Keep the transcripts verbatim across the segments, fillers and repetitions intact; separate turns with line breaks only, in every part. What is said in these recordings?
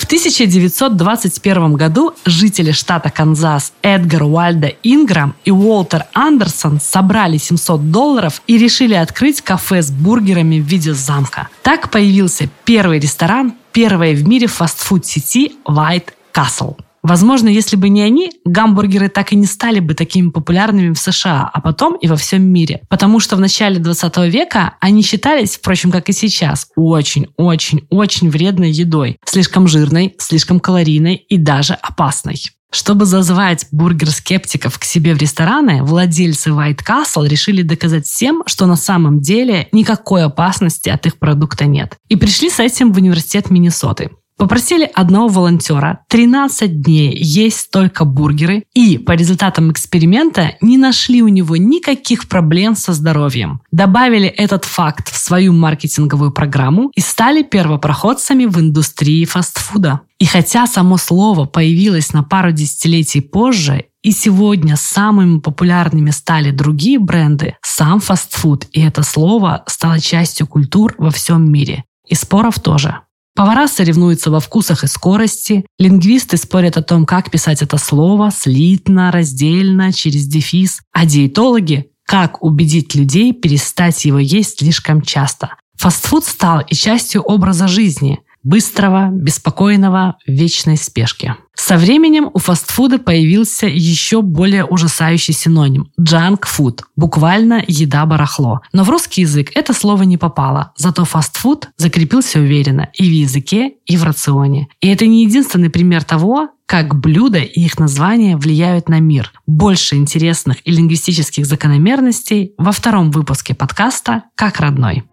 В тысяча девятьсот двадцать первом году жители штата Канзас Эдгар Уальда Инграм и Уолтер Андерсон собрали семьсот долларов и решили открыть кафе с бургерами в виде замка. Так появился первый ресторан, первой в мире фастфуд-сети White Castle. Возможно, если бы не они, гамбургеры так и не стали бы такими популярными в США, а потом и во всем мире. Потому что в начале двадцатого века они считались, впрочем, как и сейчас, очень-очень-очень вредной едой. Слишком жирной, слишком калорийной и даже опасной. Чтобы зазвать бургер-скептиков к себе в рестораны, владельцы White Castle решили доказать всем, что на самом деле никакой опасности от их продукта нет. И пришли с этим в университет Миннесоты. Попросили одного волонтера тринадцать дней есть только бургеры и по результатам эксперимента не нашли у него никаких проблем со здоровьем. Добавили этот факт в свою маркетинговую программу и стали первопроходцами в индустрии фастфуда. И хотя само слово появилось на пару десятилетий позже, и сегодня самыми популярными стали другие бренды, сам фастфуд и это слово стало частью культур во всем мире. И споров тоже. Повара соревнуются во вкусах и скорости, лингвисты спорят о том, как писать это слово слитно, раздельно, через дефис, а диетологи – как убедить людей перестать его есть слишком часто. Фастфуд стал и частью образа жизни – быстрого, беспокойного, в вечной спешке. Со временем у фастфуда появился еще более ужасающий синоним – джанк-фуд, буквально еда-барахло. Но в русский язык это слово не попало, зато фастфуд закрепился уверенно и в языке, и в рационе. И это не единственный пример того, как блюда и их названия влияют на мир. Больше интересных и лингвистических закономерностей во втором выпуске подкаста «Как родной».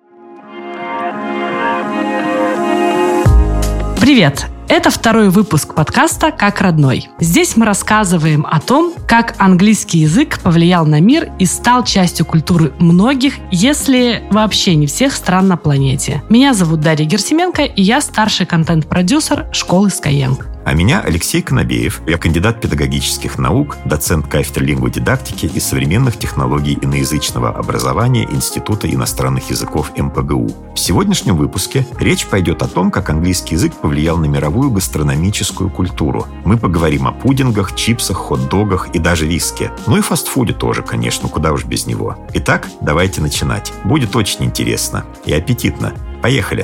Привет! Это второй выпуск подкаста «Как родной». Здесь мы рассказываем о том, как английский язык повлиял на мир и стал частью культуры многих, если вообще не всех стран на планете. Меня зовут Дарья Герсименко, и я старший контент-продюсер школы Skyeng.
А меня Алексей Конобеев. Я кандидат педагогических наук, доцент кафедры лингводидактики и современных технологий иноязычного образования Института иностранных языков эм пэ гэ у. В сегодняшнем выпуске речь пойдет о том, как английский язык повлиял на мировую гастрономическую культуру. Мы поговорим о пудингах, чипсах, хот-догах и даже виске. Ну и фастфуде тоже, конечно, куда уж без него. Итак, давайте начинать. Будет очень интересно и аппетитно. Поехали!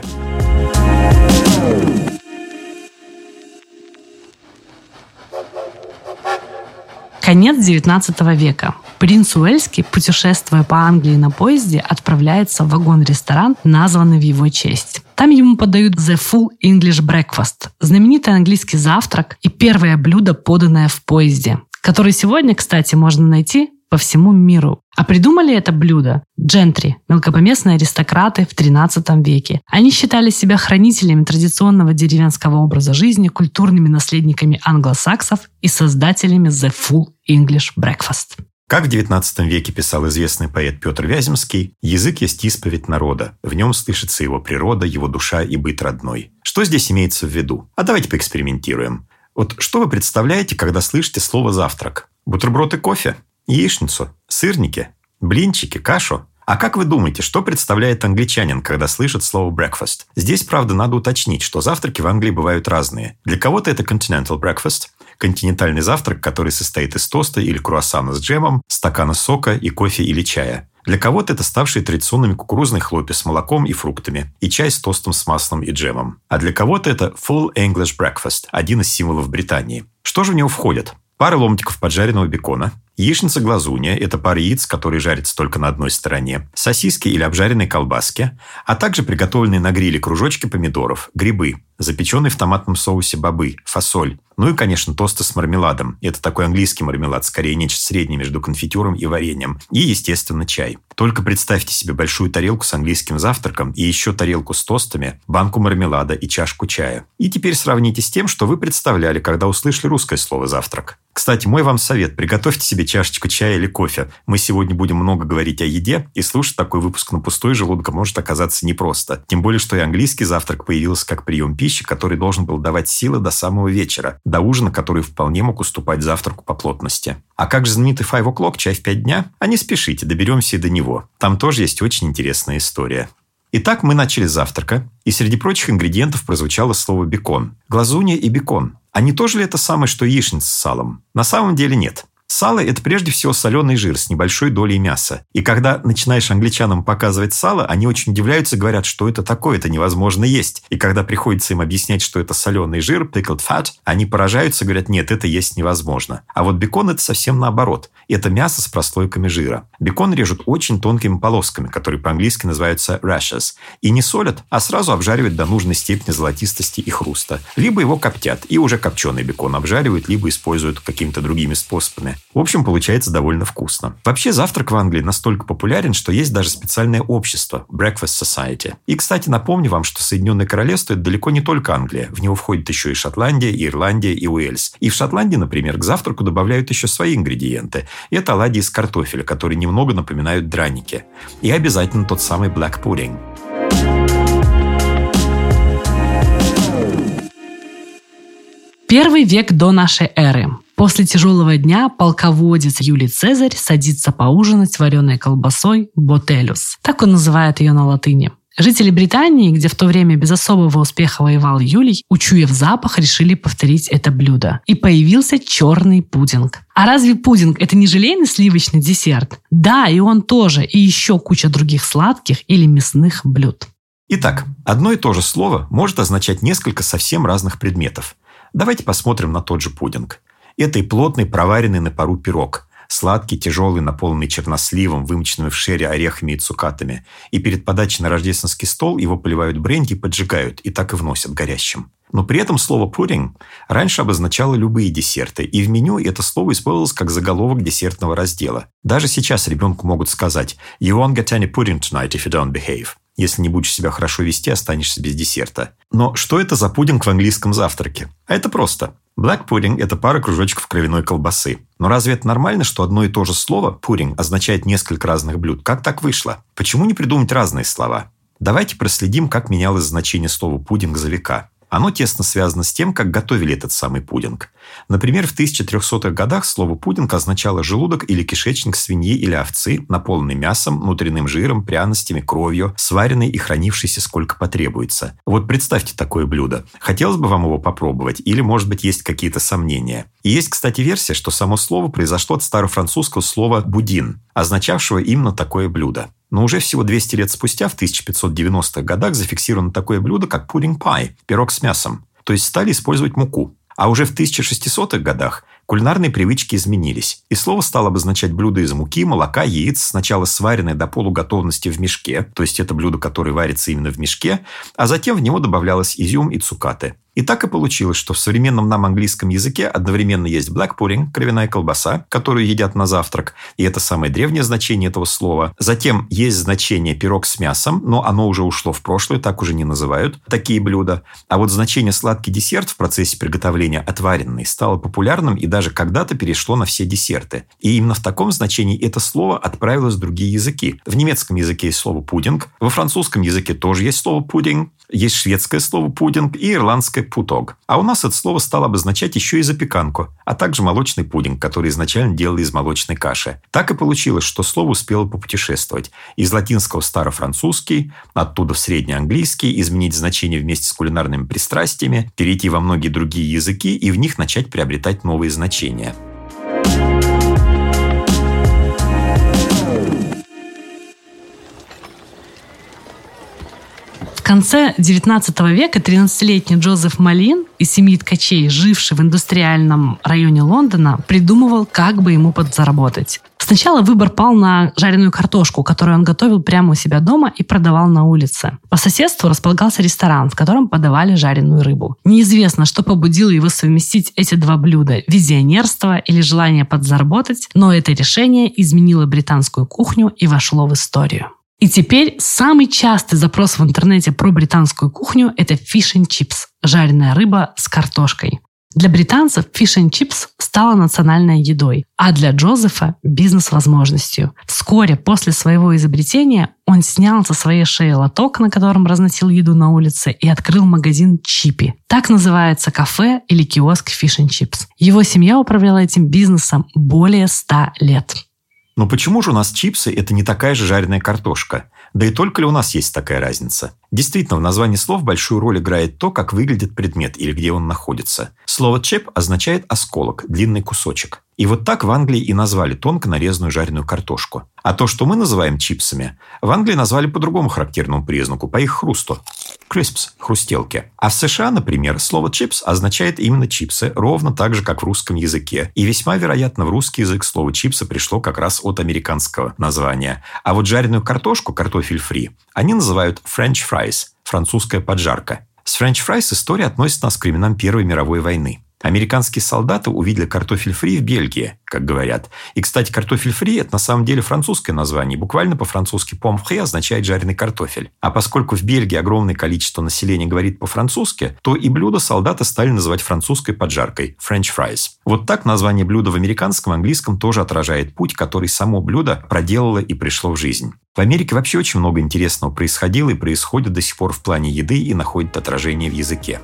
Конец девятнадцатого века. Принц Уэльский, путешествуя по Англии на поезде, отправляется в вагон-ресторан, названный в его честь. Там ему подают The Full English Breakfast, знаменитый английский завтрак и первое блюдо, поданное в поезде, который сегодня, кстати, можно найти по всему миру. А придумали это блюдо джентри, мелкопоместные аристократы в тринадцатом веке. Они считали себя хранителями традиционного деревенского образа жизни, культурными наследниками англосаксов и создателями The Full English Breakfast.
Как в девятнадцатом веке писал известный поэт Петр Вяземский, язык есть исповедь народа. В нем слышится его природа, его душа и быт родной. Что здесь имеется в виду? А давайте поэкспериментируем. Вот что вы представляете, когда слышите слово «завтрак»? Бутерброд и кофе? Яичницу? Сырники? Блинчики? Кашу? А как вы думаете, что представляет англичанин, когда слышит слово breakfast? Здесь, правда, надо уточнить, что завтраки в Англии бывают разные. Для кого-то это continental breakfast, континентальный завтрак, который состоит из тоста или круассана с джемом, стакана сока и кофе или чая. Для кого-то это ставшие традиционными кукурузные хлопья с молоком и фруктами, и чай с тостом с маслом и джемом. А для кого-то это full English breakfast, один из символов Британии. Что же в него входит? Пара ломтиков поджаренного бекона, яичница-глазунья – это пара яиц, которые жарятся только на одной стороне, сосиски или обжаренные колбаски, а также приготовленные на гриле кружочки помидоров, грибы, запеченные в томатном соусе бобы, фасоль. Ну и, конечно, тосты с мармеладом. Это такой английский мармелад, скорее нечто среднее между конфитюром и вареньем. И, естественно, чай. Только представьте себе большую тарелку с английским завтраком и еще тарелку с тостами, банку мармелада и чашку чая. И теперь сравните с тем, что вы представляли, когда услышали русское слово «завтрак». Кстати, мой вам совет – приготовьте себе чашечку чая или кофе. Мы сегодня будем много говорить о еде, и слушать такой выпуск на пустой желудок может оказаться непросто. Тем более, что и английский завтрак появился как прием пищи, который должен был давать силы до самого вечера, до ужина, который вполне мог уступать завтраку по плотности. А как же знаменитый five o'clock, чай в пять дня? А не спешите, доберемся и до него. Там тоже есть очень интересная история. Итак, мы начали с завтрака, и среди прочих ингредиентов прозвучало слово «бекон». Глазунья и бекон. А не то же ли это самое, что яичница с салом? На самом деле нет. Сало – это прежде всего соленый жир с небольшой долей мяса. И когда начинаешь англичанам показывать сало, они очень удивляются и говорят, что это такое, это невозможно есть. И когда приходится им объяснять, что это соленый жир, pickled fat, они поражаются и говорят, нет, это есть невозможно. А вот бекон – это совсем наоборот. Это мясо с прослойками жира. Бекон режут очень тонкими полосками, которые по-английски называются rashers. И не солят, а сразу обжаривают до нужной степени золотистости и хруста. Либо его коптят, и уже копченый бекон обжаривают, либо используют какими-то другими способами. В общем, получается довольно вкусно. Вообще, завтрак в Англии настолько популярен, что есть даже специальное общество – Breakfast Society. И, кстати, напомню вам, что Соединенное Королевство – это далеко не только Англия. В него входит еще и Шотландия, и Ирландия, и Уэльс. И в Шотландии, например, к завтраку добавляют еще свои ингредиенты. И это оладьи из картофеля, которые немного напоминают драники. И обязательно тот самый black pudding.
Первый век до нашей эры. После тяжелого дня полководец Юлий Цезарь садится поужинать вареной колбасой ботелюс. Так он называет ее на латыни. Жители Британии, где в то время без особого успеха воевал Юлий, учуяв запах, решили повторить это блюдо. И появился черный пудинг. А разве пудинг – это не желейный сливочный десерт? Да, и он тоже, и еще куча других сладких или мясных блюд.
Итак, одно и то же слово может означать несколько совсем разных предметов. Давайте посмотрим на тот же пудинг. Это и плотный, проваренный на пару пирог. Сладкий, тяжелый, наполненный черносливом, вымоченными в шерри орехами и цукатами. И перед подачей на рождественский стол его поливают бренди и поджигают, и так и вносят горящим. Но при этом слово «pudding» раньше обозначало любые десерты, и в меню это слово использовалось как заголовок десертного раздела. Даже сейчас ребенку могут сказать «You won't get any pudding tonight if you don't behave». Если не будешь себя хорошо вести, останешься без десерта. Но что это за пудинг в английском завтраке? А это просто. Black pudding – это пара кружочков кровяной колбасы. Но разве это нормально, что одно и то же слово «pudding» означает несколько разных блюд? Как так вышло? Почему не придумать разные слова? Давайте проследим, как менялось значение слова «пудинг» за века. Оно тесно связано с тем, как готовили этот самый пудинг. Например, в тысяча трехсотых годах слово «пудинг» означало желудок или кишечник свиньи или овцы, наполненный мясом, внутренним жиром, пряностями, кровью, сваренный и хранившийся сколько потребуется. Вот представьте такое блюдо. Хотелось бы вам его попробовать? Или, может быть, есть какие-то сомнения? И есть, кстати, версия, что само слово произошло от старофранцузского слова «будин», означавшего именно такое блюдо. Но уже всего двести лет спустя, в тысяча пятьсот девяностых годах, зафиксировано такое блюдо, как pudding pie – пирог с мясом. То есть стали использовать муку. А уже в тысяча шестисотых годах кулинарные привычки изменились, и слово стало обозначать блюдо из муки, молока, яиц, сначала сваренное до полуготовности в мешке, то есть это блюдо, которое варится именно в мешке, а затем в него добавлялось изюм и цукаты. И так и получилось, что в современном нам английском языке одновременно есть black pudding, кровяная колбаса, которую едят на завтрак, и это самое древнее значение этого слова. Затем есть значение пирог с мясом, но оно уже ушло в прошлое, так уже не называют такие блюда. А вот значение сладкий десерт в процессе приготовления отваренный стало популярным и даже когда-то перешло на все десерты. И именно в таком значении это слово отправилось в другие языки. В немецком языке есть слово пудинг, во французском языке тоже есть слово пудинг, есть шведское слово пудинг и ирландское путог. А у нас это слово стало обозначать еще и запеканку, а также молочный пудинг, который изначально делали из молочной каши. Так и получилось, что слово успело попутешествовать. Из латинского в старофранцузский, оттуда в среднеанглийский, изменить значение вместе с кулинарными пристрастиями, перейти во многие другие языки и в них начать приобретать новые значения.
В конце девятнадцатого века тринадцатилетний Джозеф Малин из семьи ткачей, живший в индустриальном районе Лондона, придумывал, как бы ему подзаработать. Сначала выбор пал на жареную картошку, которую он готовил прямо у себя дома и продавал на улице. По соседству располагался ресторан, в котором подавали жареную рыбу. Неизвестно, что побудило его совместить эти два блюда – визионерство или желание подзаработать, но это решение изменило британскую кухню и вошло в историю. И теперь самый частый запрос в интернете про британскую кухню – это fish and chips – жареная рыба с картошкой. Для британцев fish and chips стала национальной едой, а для Джозефа – бизнес-возможностью. Вскоре после своего изобретения он снял со своей шеи лоток, на котором разносил еду на улице, и открыл магазин Чипи. Так называется кафе или киоск fish and chips. Его семья управляла этим бизнесом более ста лет.
Но почему же у нас чипсы – это не такая же жареная картошка? Да и только ли у нас есть такая разница? Действительно, в названии слов большую роль играет то, как выглядит предмет или где он находится. Слово «chip» означает «осколок», длинный кусочек. И вот так в Англии и назвали тонко нарезанную жареную картошку. А то, что мы называем чипсами, в Англии назвали по другому характерному признаку, по их хрусту. Crisps – хрустелки. А в США, например, слово «chips» означает именно чипсы, ровно так же, как в русском языке. И весьма вероятно, в русский язык слово «чипсы» пришло как раз от американского названия. А вот жареную картошку, картофель фри, они называют French fries – французская поджарка. С French fries история относит нас к временам Первой мировой войны. Американские солдаты увидели картофель фри в Бельгии, как говорят. И, кстати, картофель фри – это на самом деле французское название. Буквально по-французски «pomme frit» означает «жареный картофель». А поскольку в Бельгии огромное количество населения говорит по-французски, то и блюдо солдаты стали называть французской поджаркой – French fries. Вот так название блюда в американском и английском тоже отражает путь, который само блюдо проделало и пришло в жизнь. В Америке вообще очень много интересного происходило и происходит до сих пор в плане еды и находит отражение в языке.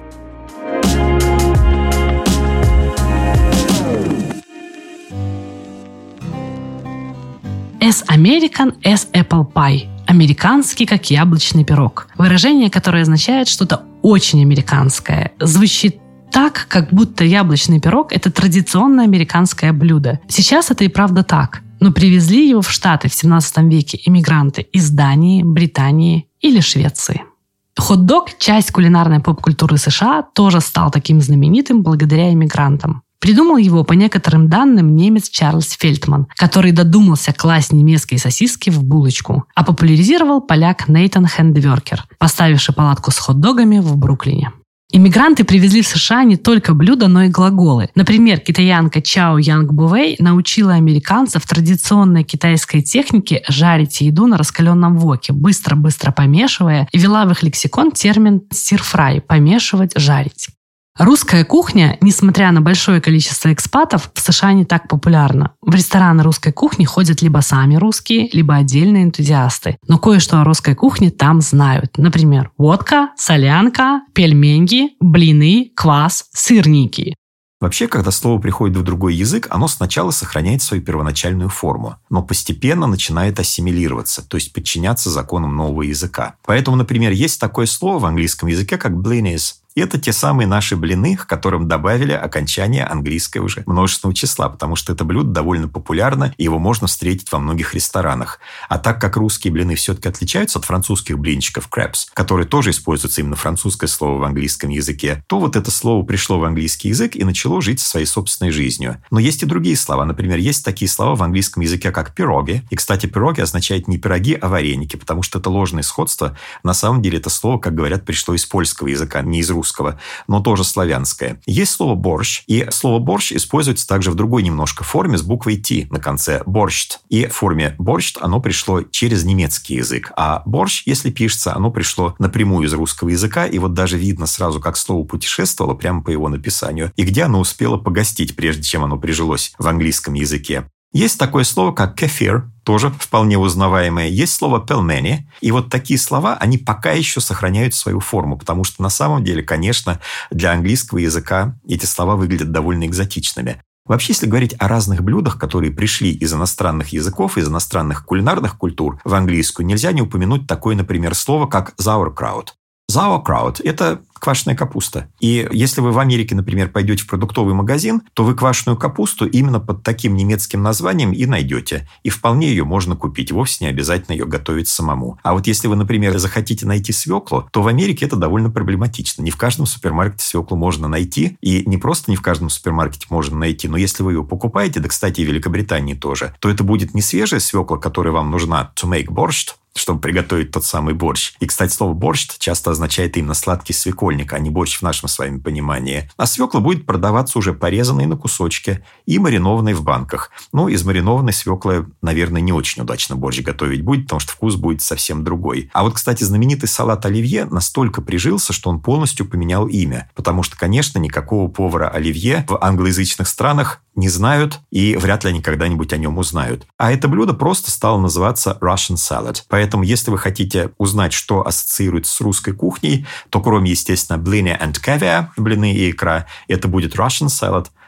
As American as apple pie. Американский, как яблочный пирог. Выражение, которое означает что-то очень американское. Звучит так, как будто яблочный пирог – это традиционное американское блюдо. Сейчас это и правда так. Но привезли его в Штаты в семнадцатом веке иммигранты из Дании, Британии или Швеции. Хот-дог – часть кулинарной поп-культуры США, тоже стал таким знаменитым благодаря иммигрантам. Придумал его, по некоторым данным, немец Чарльз Фельтман, который додумался класть немецкие сосиски в булочку, а популяризировал поляк Нейтан Хендверкер, поставивший палатку с хот-догами в Бруклине. Иммигранты привезли в США не только блюда, но и глаголы. Например, китаянка Чао Янг Бувей научила американцев традиционной китайской технике жарить еду на раскаленном воке, быстро-быстро помешивая, и ввела в их лексикон термин «стир-фрай» – помешивать, жарить. Русская кухня, несмотря на большое количество экспатов, в США не так популярна. В рестораны русской кухни ходят либо сами русские, либо отдельные энтузиасты. Но кое-что о русской кухне там знают. Например, водка, солянка, пельмени, блины, квас, сырники.
Вообще, когда слово приходит в другой язык, оно сначала сохраняет свою первоначальную форму, но постепенно начинает ассимилироваться, то есть подчиняться законам нового языка. Поэтому, например, есть такое слово в английском языке, как blinis. И это те самые наши блины, к которым добавили окончание английского уже множественного числа, потому что это блюдо довольно популярно, и его можно встретить во многих ресторанах. А так как русские блины все-таки отличаются от французских блинчиков crepes, которые тоже используются именно французское слово в английском языке, то вот это слово пришло в английский язык и начало жить своей собственной жизнью. Но есть и другие слова. Например, есть такие слова в английском языке, как пироги. И, кстати, пироги означает не пироги, а вареники, потому что это ложное сходство. На самом деле это слово, как говорят, пришло из польского языка, не из русского. русского, но тоже славянское. Есть слово «борщ», и слово «борщ» используется также в другой немножко форме с буквой «т» на конце «борщт». И в форме «борщт» оно пришло через немецкий язык, а «борщ», если пишется, оно пришло напрямую из русского языка, и вот даже видно сразу, как слово путешествовало прямо по его написанию, и где оно успело погостить, прежде чем оно прижилось в английском языке. Есть такое слово, как кефир, тоже вполне узнаваемое. Есть слово пельмени. И вот такие слова, они пока еще сохраняют свою форму, потому что на самом деле, конечно, для английского языка эти слова выглядят довольно экзотичными. Вообще, если говорить о разных блюдах, которые пришли из иностранных языков, из иностранных кулинарных культур в английскую, нельзя не упомянуть такое, например, слово, как sauerkraut. Sauerkraut – это квашеная капуста. И если вы в Америке, например, пойдете в продуктовый магазин, то вы квашеную капусту именно под таким немецким названием и найдете. И вполне ее можно купить. Вовсе не обязательно ее готовить самому. А вот если вы, например, захотите найти свеклу, то в Америке это довольно проблематично. Не в каждом супермаркете свеклу можно найти. И не просто не в каждом супермаркете можно найти, но если вы ее покупаете, да, кстати, и в Великобритании тоже, то это будет не свежая свекла, которая вам нужна to make borscht, чтобы приготовить тот самый борщ. И, кстати, слово «борщ» часто означает именно сладкий свекольник, а не борщ в нашем с вами понимании. А свекла будет продаваться уже порезанной на кусочки и маринованной в банках. Ну, из маринованной свеклы, наверное, не очень удачно борщ готовить будет, потому что вкус будет совсем другой. А вот, кстати, знаменитый салат оливье настолько прижился, что он полностью поменял имя. Потому что, конечно, никакого повара оливье в англоязычных странах не знают и вряд ли они когда-нибудь о нем узнают. А это блюдо просто стало называться Russian salad. Поэтому, если вы хотите узнать, что ассоциируется с русской кухней, то кроме, естественно, блины and caviar, блины и икра, это будет Russian salad,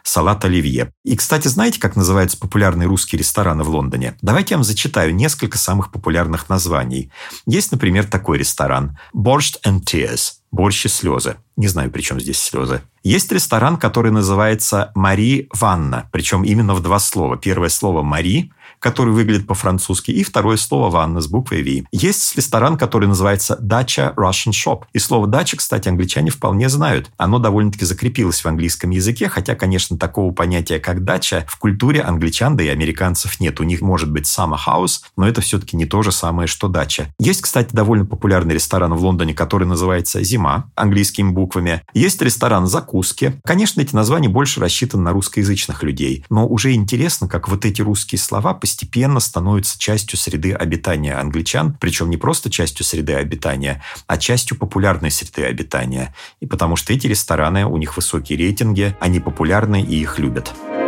салат оливье. И, кстати, знаете, как называются популярные русские рестораны в Лондоне? Давайте я вам зачитаю несколько самых популярных названий. Есть, например, такой ресторан «Borscht and Tears». Борщ и слезы. Не знаю, при чем здесь слезы. Есть ресторан, который называется «Мари Ванна», причем именно в два слова. Первое слово «Мари», который выглядит по-французски, и второе слово «Ванна» с буквой «Ви». Есть ресторан, который называется «Dacha Russian Shop». И слово «дача», кстати, англичане вполне знают. Оно довольно-таки закрепилось в английском языке, хотя, конечно, такого понятия, как «дача», в культуре англичан, да и американцев нет. У них может быть «summer house», но это все-таки не то же самое, что «дача». Есть, кстати, довольно популярный ресторан в Лондоне, который называется «Зима», английскими буквами. Есть ресторан «Закуски». Конечно, эти названия больше рассчитаны на русскоязычных людей, но уже интересно, как вот эти русские слова постепенно становятся частью среды обитания англичан, причем не просто частью среды обитания, а частью популярной среды обитания. И потому что эти рестораны, у них высокие рейтинги, они популярны и их любят.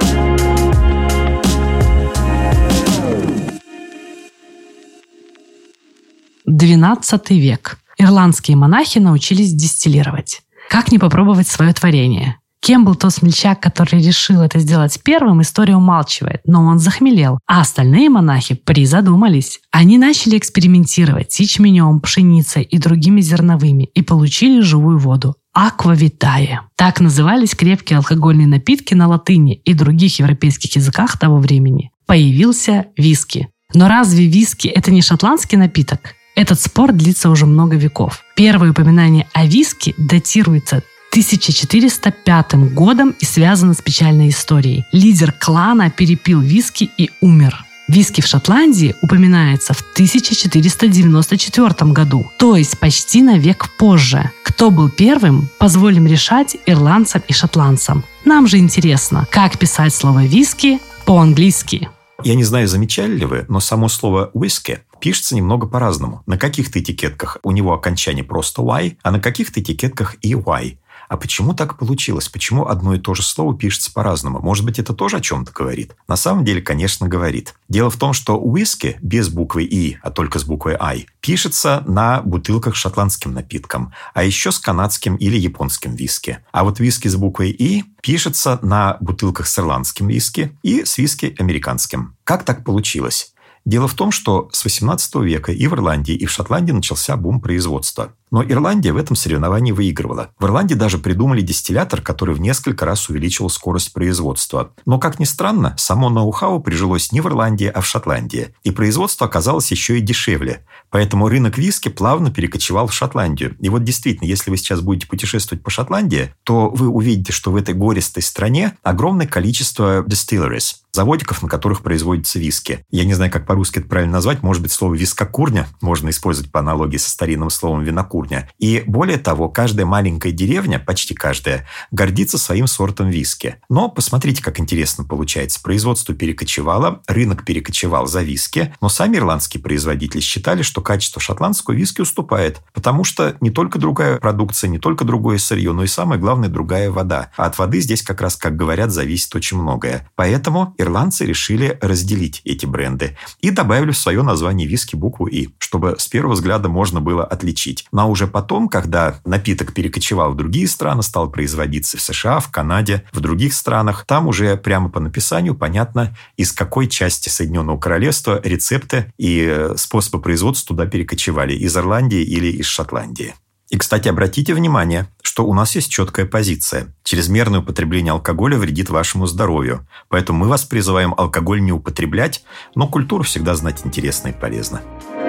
двенадцатый век. Ирландские монахи научились дистиллировать. Как не попробовать свое творение? Кем был тот смельчак, который решил это сделать первым, история умалчивает, но он захмелел, а остальные монахи призадумались. Они начали экспериментировать с ячменем, пшеницей и другими зерновыми и получили живую воду. Аква витае. Так назывались крепкие алкогольные напитки на латыни и других европейских языках того времени. Появился виски. Но разве виски – это не шотландский напиток? Этот спор длится уже много веков. Первое упоминание о виске датируется тысяча четыреста пятым годом и связано с печальной историей. Лидер клана перепил виски и умер. Виски в Шотландии упоминается в тысяча четыреста девяносто четвёртом году, то есть почти на век позже. Кто был первым, позволим решать ирландцам и шотландцам. Нам же интересно, как писать слово «виски» по-английски.
Я не знаю, замечали ли вы, но само слово «whisky» пишется немного по-разному. На каких-то этикетках у него окончание просто «y», а на каких-то этикетках и «y». А почему так получилось? Почему одно и то же слово пишется по-разному? Может быть, это тоже о чем-то говорит? На самом деле, конечно, говорит. Дело в том, что «whisky» без буквы «и», а только с буквой «i», пишется на бутылках с шотландским напитком, а еще с канадским или японским виски. А вот виски с буквой «и» пишется на бутылках с ирландским виски и с виски американским. Как так получилось? Дело в том, что с восемнадцатого века и в Ирландии, и в Шотландии начался бум производства. Но Ирландия в этом соревновании выигрывала. В Ирландии даже придумали дистиллятор, который в несколько раз увеличивал скорость производства. Но, как ни странно, само ноу-хау прижилось не в Ирландии, а в Шотландии. И производство оказалось еще и дешевле. Поэтому рынок виски плавно перекочевал в Шотландию. И вот действительно, если вы сейчас будете путешествовать по Шотландии, то вы увидите, что в этой гористой стране огромное количество distilleries, заводиков, на которых производится виски. Я не знаю, как по-русски это правильно назвать. Может быть, слово «вискокурня» можно использовать по аналогии со старинным словом «винокурня». И более того, каждая маленькая деревня, почти каждая, гордится своим сортом виски. Но посмотрите, как интересно получается. Производство перекочевало, рынок перекочевал за виски, но сами ирландские производители считали, что качество шотландского виски уступает, потому что не только другая продукция, не только другое сырье, но и самое главное, другая вода. А от воды здесь как раз, как говорят, зависит очень многое. Поэтому ирландцы решили разделить эти бренды и добавили в свое название виски букву «и», чтобы с первого взгляда можно было отличить. Но уже потом, когда напиток перекочевал в другие страны, стал производиться в США, в Канаде, в других странах, там уже прямо по написанию понятно, из какой части Соединенного Королевства рецепты и способы производства туда перекочевали, из Ирландии или из Шотландии. И, кстати, обратите внимание, что у нас есть четкая позиция. Чрезмерное употребление алкоголя вредит вашему здоровью. Поэтому мы вас призываем алкоголь не употреблять, но культуру всегда знать интересно и полезно.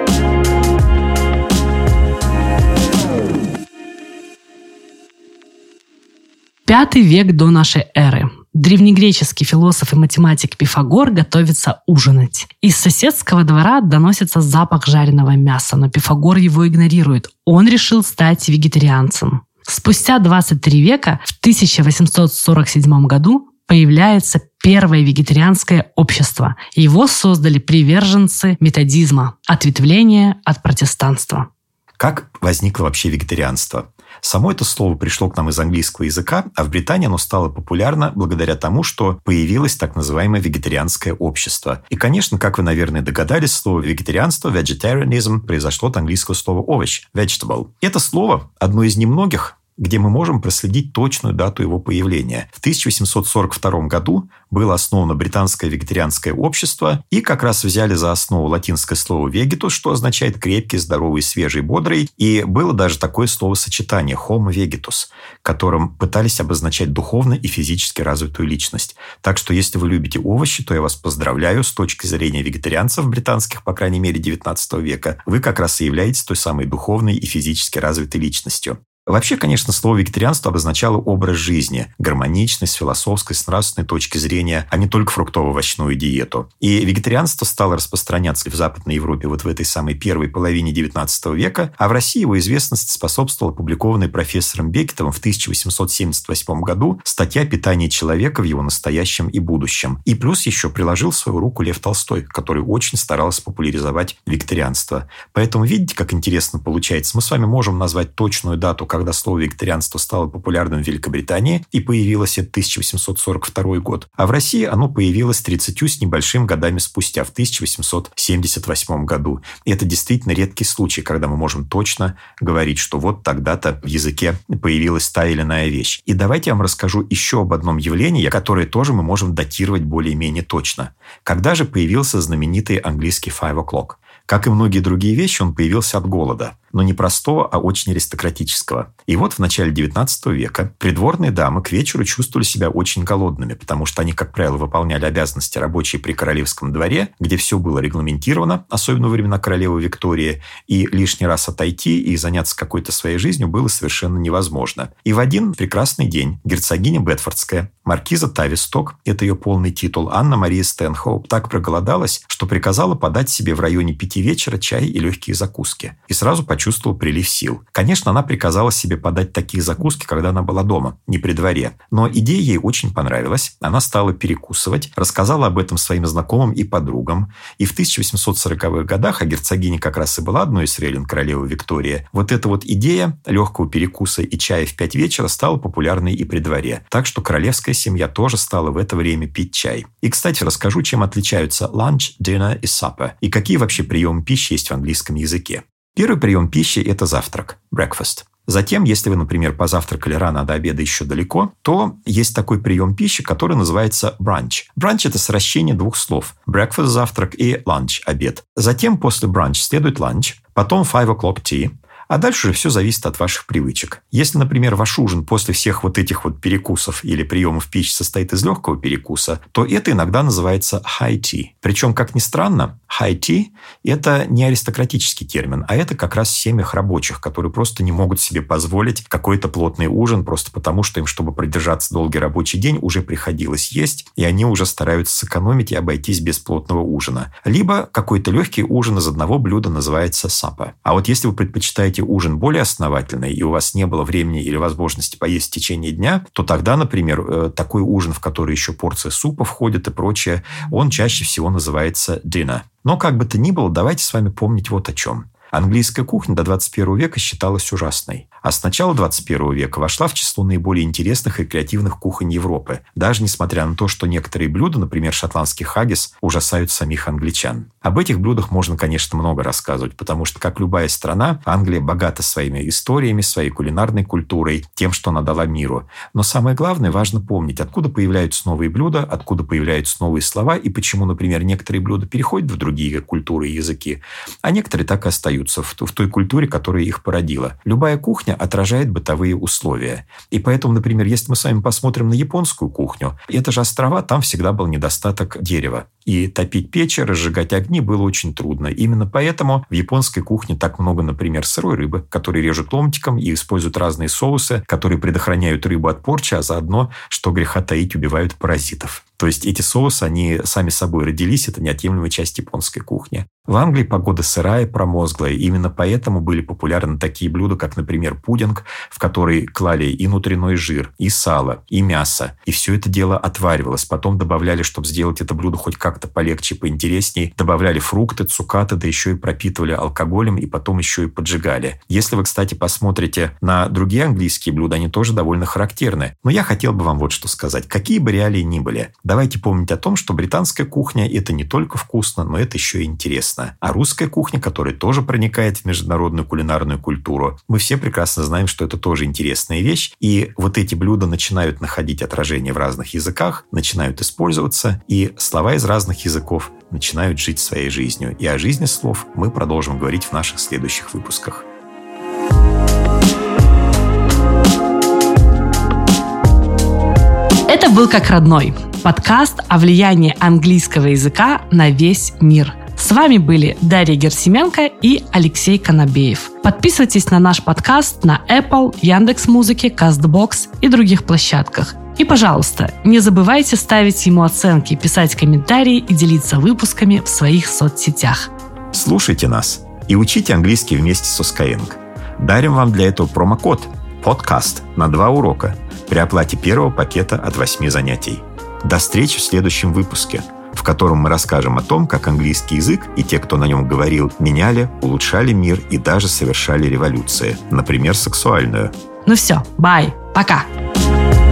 Пятый век до нашей эры. Древнегреческий философ и математик Пифагор готовится ужинать. Из соседского двора доносится запах жареного мяса, но Пифагор его игнорирует. Он решил стать вегетарианцем. Спустя двадцать три века, в тысяча восемьсот сорок седьмом году, появляется первое вегетарианское общество. Его создали приверженцы методизма, ответвление от протестанства.
Как возникло вообще вегетарианство? Само это слово пришло к нам из английского языка, а в Британии оно стало популярно благодаря тому, что появилось так называемое вегетарианское общество. И, конечно, как вы, наверное, догадались, слово вегетарианство, vegetarianism, произошло от английского слова овощ, vegetable. Это слово одно из немногих где мы можем проследить точную дату его появления. В тысяча восемьсот сорок втором году было основано британское вегетарианское общество, и как раз взяли за основу латинское слово «vegetus», что означает «крепкий, здоровый, свежий, бодрый», и было даже такое словосочетание «homo vegetus», которым пытались обозначать духовно и физически развитую личность. Так что, если вы любите овощи, то я вас поздравляю. С точки зрения вегетарианцев британских, по крайней мере, девятнадцатого века, вы как раз и являетесь той самой духовной и физически развитой личностью. Вообще, конечно, слово «вегетарианство» обозначало образ жизни, гармоничный, с философской, с нравственной точки зрения, а не только фруктово-овощную диету. И вегетарианство стало распространяться в Западной Европе вот в этой самой первой половине девятнадцатого века, а в России его известность способствовала опубликованной профессором Беккетовым в тысяча восемьсот семьдесят восьмом году статья «Питание человека в его настоящем и будущем». И плюс еще приложил свою руку Лев Толстой, который очень старался популяризовать вегетарианство. Поэтому видите, как интересно получается. Мы с вами можем назвать точную дату, когда слово «вегетарианство» стало популярным в Великобритании, и появилось это тысяча восемьсот сорок второй год. А в России оно появилось тридцатью с небольшим годами спустя, в тысяча восемьсот семьдесят восьмом году. И это действительно редкий случай, когда мы можем точно говорить, что вот тогда-то в языке появилась та или иная вещь. И давайте я вам расскажу еще об одном явлении, которое тоже мы можем датировать более-менее точно. Когда же появился знаменитый английский five o'clock? Как и многие другие вещи, он появился от голода. Но не простого, а очень аристократического. И вот в начале девятнадцатого века придворные дамы к вечеру чувствовали себя очень голодными, потому что они, как правило, выполняли обязанности рабочие при королевском дворе, где все было регламентировано, особенно во времена королевы Виктории, и лишний раз отойти и заняться какой-то своей жизнью было совершенно невозможно. И в один прекрасный день герцогиня Бетфордская, маркиза Тависток, это ее полный титул, Анна Мария Стэнхоуп, так проголодалась, что приказала подать себе в районе пяти вечера чай и легкие закуски. И сразу почувствовала прилив сил. Конечно, она приказала себе подать такие закуски, когда она была дома, не при дворе. Но идея ей очень понравилась. Она стала перекусывать, рассказала об этом своим знакомым и подругам. И в тысяча восемьсот сороковых годах, а герцогиня как раз и была одной из фрейлин королевы Виктории, вот эта вот идея легкого перекуса и чая в пять вечера стала популярной и при дворе. Так что королевская семья тоже стала в это время пить чай. И, кстати, расскажу, чем отличаются lunch, dinner и supper, и какие вообще приемы пищи есть в английском языке. Первый прием пищи – это завтрак, breakfast. Затем, если вы, например, позавтракали рано, а до обеда еще далеко, то есть такой прием пищи, который называется brunch. Brunch – это сращение двух слов – breakfast – завтрак и lunch – обед. Затем после brunch следует lunch, потом five o'clock tea, а дальше уже все зависит от ваших привычек. Если, например, ваш ужин после всех вот этих вот перекусов или приемов пищи состоит из легкого перекуса, то это иногда называется high tea. Причем, как ни странно, high tea – это не аристократический термин, а это как раз в семьях рабочих, которые просто не могут себе позволить какой-то плотный ужин, просто потому что им, чтобы продержаться долгий рабочий день, уже приходилось есть, и они уже стараются сэкономить и обойтись без плотного ужина. Либо какой-то легкий ужин из одного блюда называется supper. А вот если вы предпочитаете ужин более основательный, и у вас не было времени или возможности поесть в течение дня, то тогда, например, такой ужин, в который еще порция супа входит и прочее, он чаще всего называется dinner. Но как бы то ни было, давайте с вами помнить вот о чем. Английская кухня до двадцать первого века считалась ужасной. А с начала двадцать первого века вошла в число наиболее интересных и креативных кухонь Европы, даже несмотря на то, что некоторые блюда, например, шотландский хаггис, ужасают самих англичан. Об этих блюдах можно, конечно, много рассказывать, потому что, как любая страна, Англия богата своими историями, своей кулинарной культурой, тем, что она дала миру. Но самое главное, важно помнить, откуда появляются новые блюда, откуда появляются новые слова, и почему, например, некоторые блюда переходят в другие культуры и языки, а некоторые так и остаются в той культуре, которая их породила. Любая кухня отражает бытовые условия. И поэтому, например, если мы с вами посмотрим на японскую кухню, это же острова, там всегда был недостаток дерева. И топить печи, разжигать огни было очень трудно. Именно поэтому в японской кухне так много, например, сырой рыбы, которые режут ломтиком и используют разные соусы, которые предохраняют рыбу от порчи, а заодно, что греха таить, убивают паразитов. То есть эти соусы, они сами собой родились, это неотъемлемая часть японской кухни. В Англии погода сырая, промозглая. И именно поэтому были популярны такие блюда, как, например, пудинг, в который клали и внутренний жир, и сало, и мясо. И все это дело отваривалось. Потом добавляли, чтобы сделать это блюдо хоть как-то как-то полегче, поинтересней, добавляли фрукты, цукаты, да еще и пропитывали алкоголем и потом еще и поджигали. Если вы, кстати, посмотрите на другие английские блюда, они тоже довольно характерны. Но я хотел бы вам вот что сказать. Какие бы реалии ни были, давайте помнить о том, что британская кухня – это не только вкусно, но это еще и интересно. А русская кухня, которая тоже проникает в международную кулинарную культуру, мы все прекрасно знаем, что это тоже интересная вещь. И вот эти блюда начинают находить отражение в разных языках, начинают использоваться, и слова из разных языков начинают жить своей жизнью. И о жизни слов мы продолжим говорить в наших следующих выпусках.
Это был «Как родной» – подкаст о влиянии английского языка на весь мир. С вами были Дарья Герсименко и Алексей Конобеев. Подписывайтесь на наш подкаст на Apple, Яндекс.Музыке, Castbox и других площадках. И, пожалуйста, не забывайте ставить ему оценки, писать комментарии и делиться выпусками в своих соцсетях.
Слушайте нас и учите английский вместе с Skyeng. Дарим вам для этого промокод «Подкаст» на два урока при оплате первого пакета от восьми занятий. До встречи в следующем выпуске, в котором мы расскажем о том, как английский язык и те, кто на нем говорил, меняли, улучшали мир и даже совершали революции, например, сексуальную.
Ну все, бай, пока!